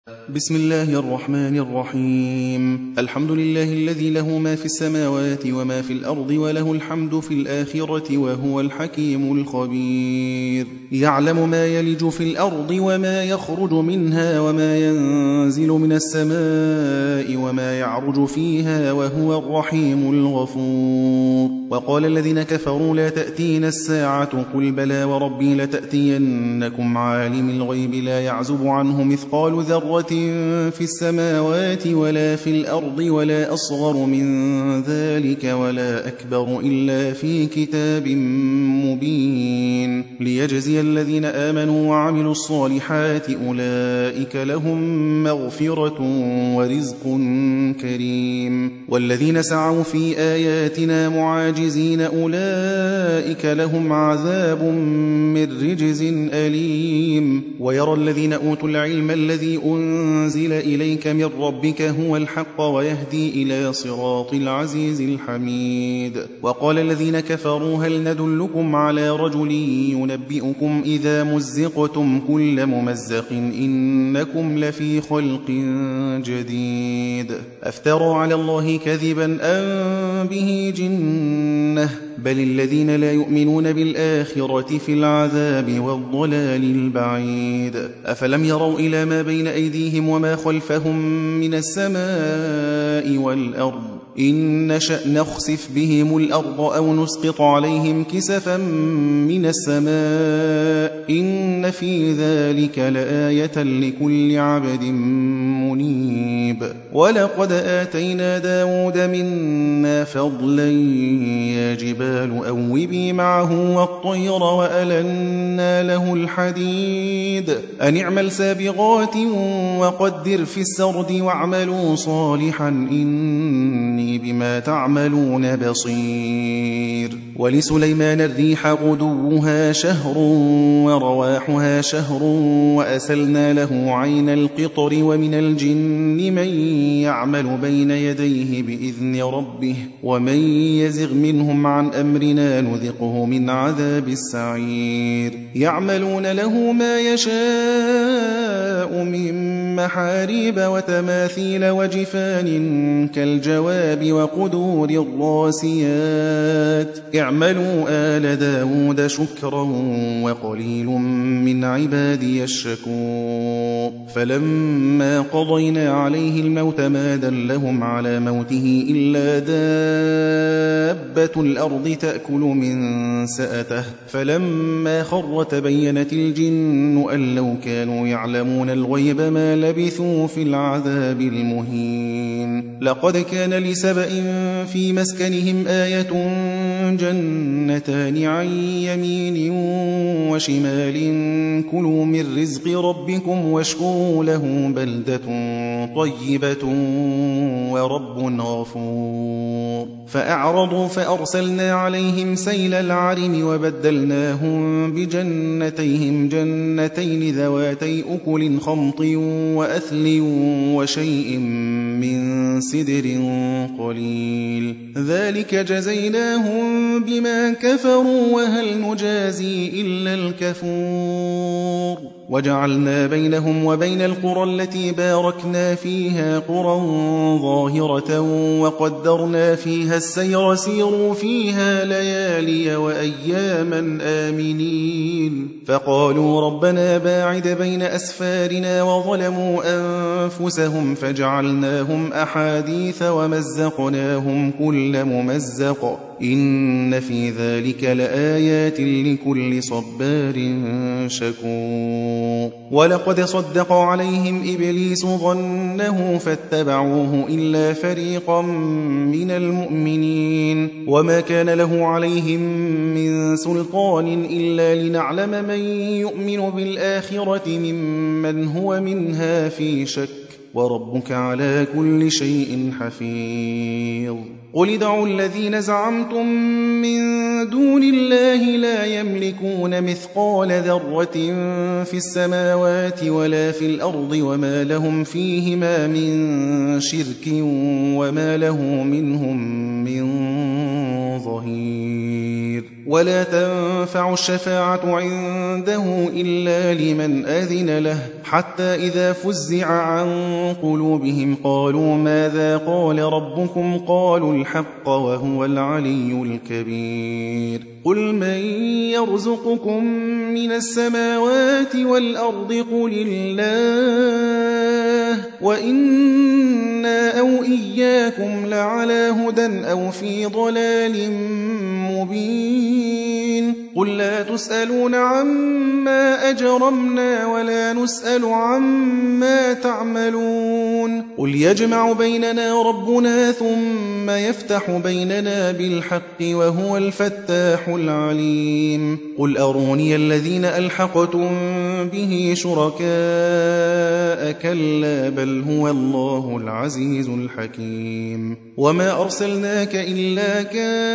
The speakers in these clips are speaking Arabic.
بسم الله الرحمن الرحيم. الحمد لله الذي له ما في السماوات وما في الأرض وله الحمد في الآخرة وهو الحكيم الخبير. يعلم ما يلج في الأرض وما يخرج منها وما ينزل من السماء وما يعرج فيها وهو الرحيم الغفور. وقال الذين كفروا لا تأتين الساعة قل بلى وربي لتأتينكم عالم الغيب لا يعزب عنه مثقال ذرة في السماوات ولا في الأرض ولا أصغر من ذلك ولا أكبر إلا في كتاب مبين ليجزي الذين آمنوا وعملوا الصالحات أولئك لهم مغفرة ورزق كريم. والذين سعوا في آياتنا معاجزين أولئك لهم عذاب من رجز أليم. ويرى الذين أوتوا العلم الذي أنزل إليك من ربك هو الحق ويهدي إلى صراط العزيز الحميد. وقال الذين كفروا هل ندلكم على رجل ينبئكم إذا مزقتم كل ممزق إنكم لفي خلق جديد أفتروا على الله كذبا أم به جنة بل الذين لا يؤمنون بالآخرة في العذاب والضلال البعيد. أفلم يروا إلى ما بين أيديهم وما خلفهم من السماء والأرض إن نشأ نخسف بهم الأرض أو نسقط عليهم كسفا من السماء إن في ذلك لآية لكل عبد منيب. ولقد آتينا داود منا فضلا يا جبال أوبي معه والطير وألنا له الحديد أن اعمل سابغات وقدر في السرد واعملوا صالحا إني بما تعملون بصير. ولسليمان الريح غدوها شهر ورواحها شهر وأسلنا له عين القطر ومن الجن من يعمل بين يديه بإذن ربه ومن يزغ منهم عن أمرنا نذقه من عذاب السعير. يعملون له ما يشاء من محاريب وتماثيل وجفان كالجواب وقدور الراسيات اعملوا آل داود شكرا وقليل من عبادي الشكور. فلما قضينا عليه الموت ما دلهم على موته إلا دابة الأرض تأكل من سأته فلما خر تبينت الجن أن لو كانوا يعلمون الغيب ما لبثوا في العذاب المهين. لقد كان لسبأ في مسكنهم آية جنتان عن يمين وشمال كلوا من رزق ربكم واشكروا له بلدة طيبة ورب غفور. فأعرضوا فأرسلنا عليهم سيل العرم وبدلناهم بجنتيهم جنتين ذواتي أكل خمط وأثل وشيء من سدر قليل ذلك جزيناهم بما كفروا وهل نجازي إلا الكفور. وجعلنا بينهم وبين القرى التي باركنا فيها قرى ظاهرة وقدرنا فيها السير سيروا فيها ليالي وأياما آمنين. فقالوا ربنا باعد بين أسفارنا وظلموا أنفسهم فجعلناهم أحاديث ومزقناهم كل ممزق إن في ذلك لآيات لكل صبار شكور. ولقد صدق عليهم إبليس ظنه فاتبعوه إلا فريقا من المؤمنين وما كان له عليهم من سلطان إلا لنعلم من يؤمن بالآخرة ممن هو منها في شك وربك على كل شيء حفيظ. قل ادعوا الذين زعمتم من دون الله لا يملكون مثقال ذرة في السماوات ولا في الأرض وما لهم فيهما من شرك وما له منهم من ظهير ولا تنفع الشفاعة عنده إلا لمن أذن له حتى إذا فزع عن قلوبهم قالوا ماذا قال ربكم قالوا الحق وهو العلي الكبير قل من يرزقكم من السماوات والأرض قل الله وإنا أو إياكم لعلى هدى أو في ضلال مبين قل لا تسألون عما أجرمنا ولا نسأل عما تعملون قل يجمع بيننا ربنا ثم يفتح بيننا بالحق وهو الفتاح العليم قل أروني الذين ألحقتم به شركاء كلا بل هو الله العزيز الحكيم وما أرسلناك إلا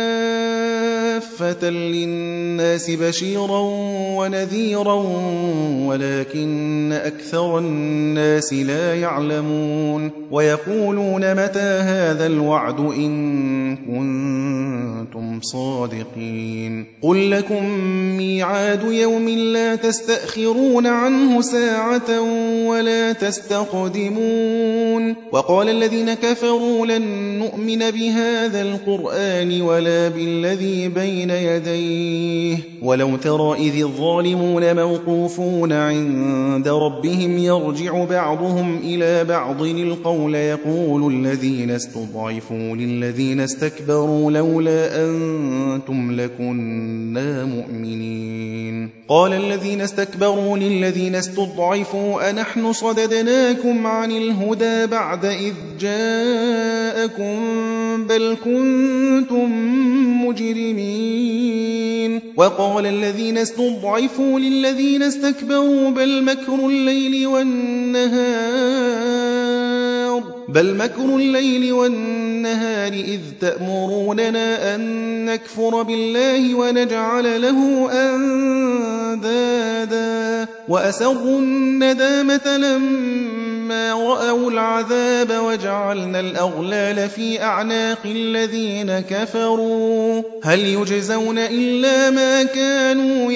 كافة للناس بشيرا ونذيرا ولكن أكثر الناس لا يعلمون ويقولون متى هذا الوعد إن كنتم صادقين قل لكم ميعاد يوم لا تستأخرون عنه ساعة ولا تستقدمون وقال الذين كفروا لن نؤمن بهذا القرآن ولا بالذي بين يديه ولو ترى إذ الظالمون موقوفون عند ربهم يرجع بعضهم إلى بعض القول يقول الذين استضعفوا للذين استكبروا لولا أنتم لكنا مؤمنين قال الذين استكبروا للذين استضعفوا أنحن صددناكم عن الهدى بعد إذ جاءكم بل كنتم مجرمين وقال الذين استضعفوا للذين استكبروا بل مكر الليل والنهار إذ تأمروننا أن نكفر بالله ونجعل له أندادا وأسروا الندامة لما رأوا العذاب وجعلنا الأغلال في أعناق الذين كفروا هل يجزون إلا ما كانوا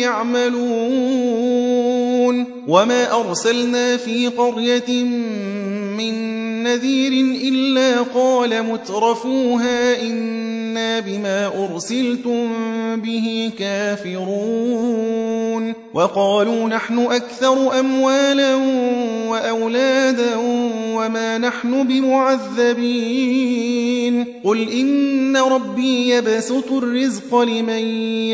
يعملون وما أرسلنا في قرية من نذير إلا قال مترفوها إنا بما أرسلتم به كافرون وقالوا نحن أكثر أموالا وأولادا وما نحن بمعذبين قل إن ربي يبسط الرزق لمن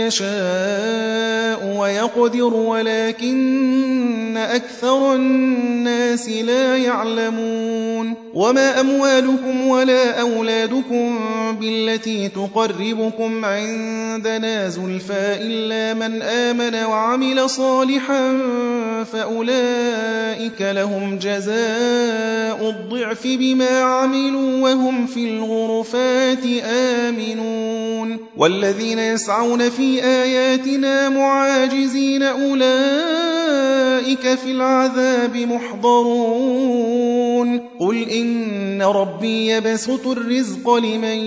يشاء ويقدر ولكن أكثر الناس لا يعلمون وما أموالكم ولا أولادكم بالتي تقربكم عندنا زلفى إلا من آمن وعمل صالحا فأولئك لهم جزاء الضعف بما عملوا وهم في الغرفات آمنون والذين يسعون في آياتنا معاجزين أولئك في العذاب محضرون قل إن ربي يبسط الرزق لمن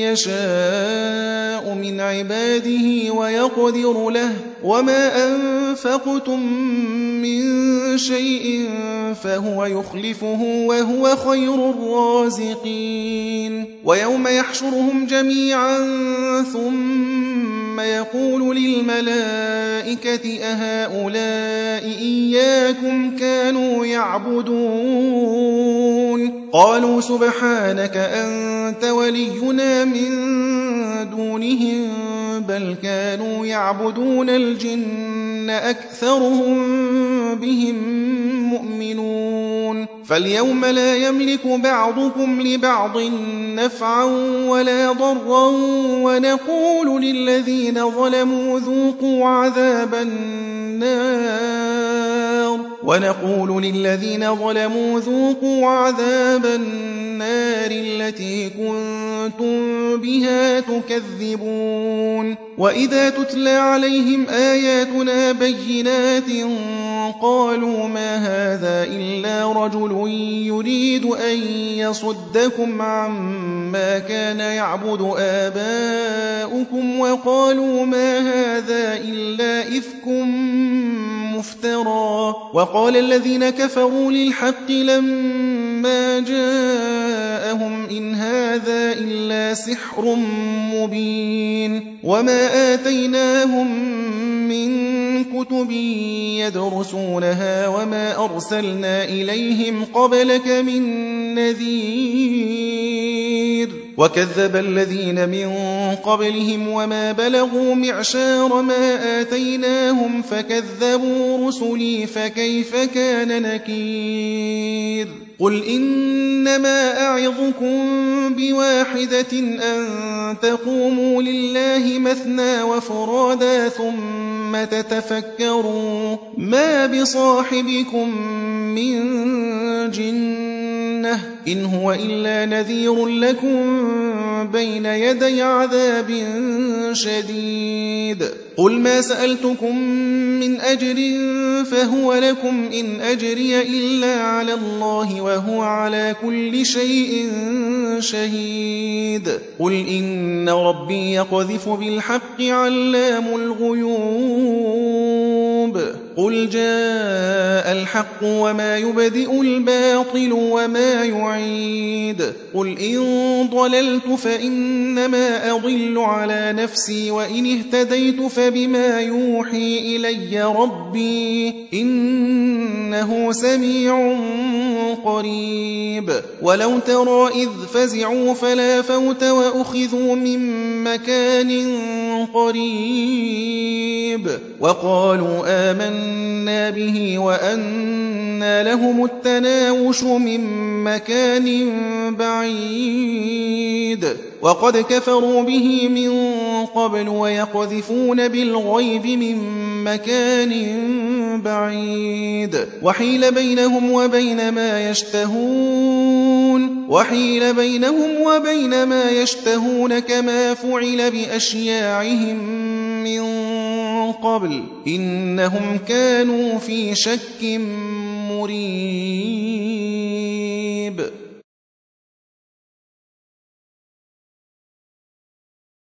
يشاء من عباده ويقدر له وما أنفقتم من شيء فهو يخلفه وهو خير الرازقين ويوم يحشرهم جميعا ثم يقول للملائكة أهؤلاء إياكم كانوا يعبدون قالوا سبحانك أنت ولينا من دونهم بل كانوا يعبدون الجن أكثرهم بهم مؤمنون فاليوم لا يملك بعضكم لبعض نفعا ولا ضرا ونقول للذين ظلموا ذوقوا عذاب النار التي كنتم بها تكذبون وإذا تتلى عليهم آياتنا بينات قالوا ما هذا إلا رجل يريد أن يصدكم عما كان يعبد آباؤكم وقالوا ما هذا إلا إفك مفترى وقال الذين كفروا للحق لما جاءهم إن هذا إلا سحر مبين وما آتيناهم من كتب يدرسونها وما أرسلنا إليهم قبلك من نذير وكذب الذين من قبلهم وما بلغوا معشار ما آتيناهم فكذبوا رسلي فكيف كان نكير قل إنما أعظكم بواحدة أن تقوموا لله مثنى وفرادا ثم تتفكروا ما بصاحبكم من جنة إن هو إلا نذير لكم بين يدي عذاب شديد قل ما سألتكم من أجر فهو لكم إن أجري إلا على الله وهو على كل شيء شهيد قل إن ربي يقذف بالحق علام الغيوب قل جاء الحق وما يبدئ الباطل وما يعيد قل إن ضللت فإنما أضل على نفسي وإن اهتديت فبما يوحي إلي ربي إنه سميع قريب ولو ترى إذ فزعوا فلا فوت وأخذوا من مكان قريب وقالوا آمنا به وأنى لهم التناوش من مكان بعيد وقد كفروا به من قبل ويقذفون بالغيب من مكان بعيد وحيل بينهم وبين ما يشتهون كما فعل بأشياعهم من قبل إنهم كانوا في شك مريب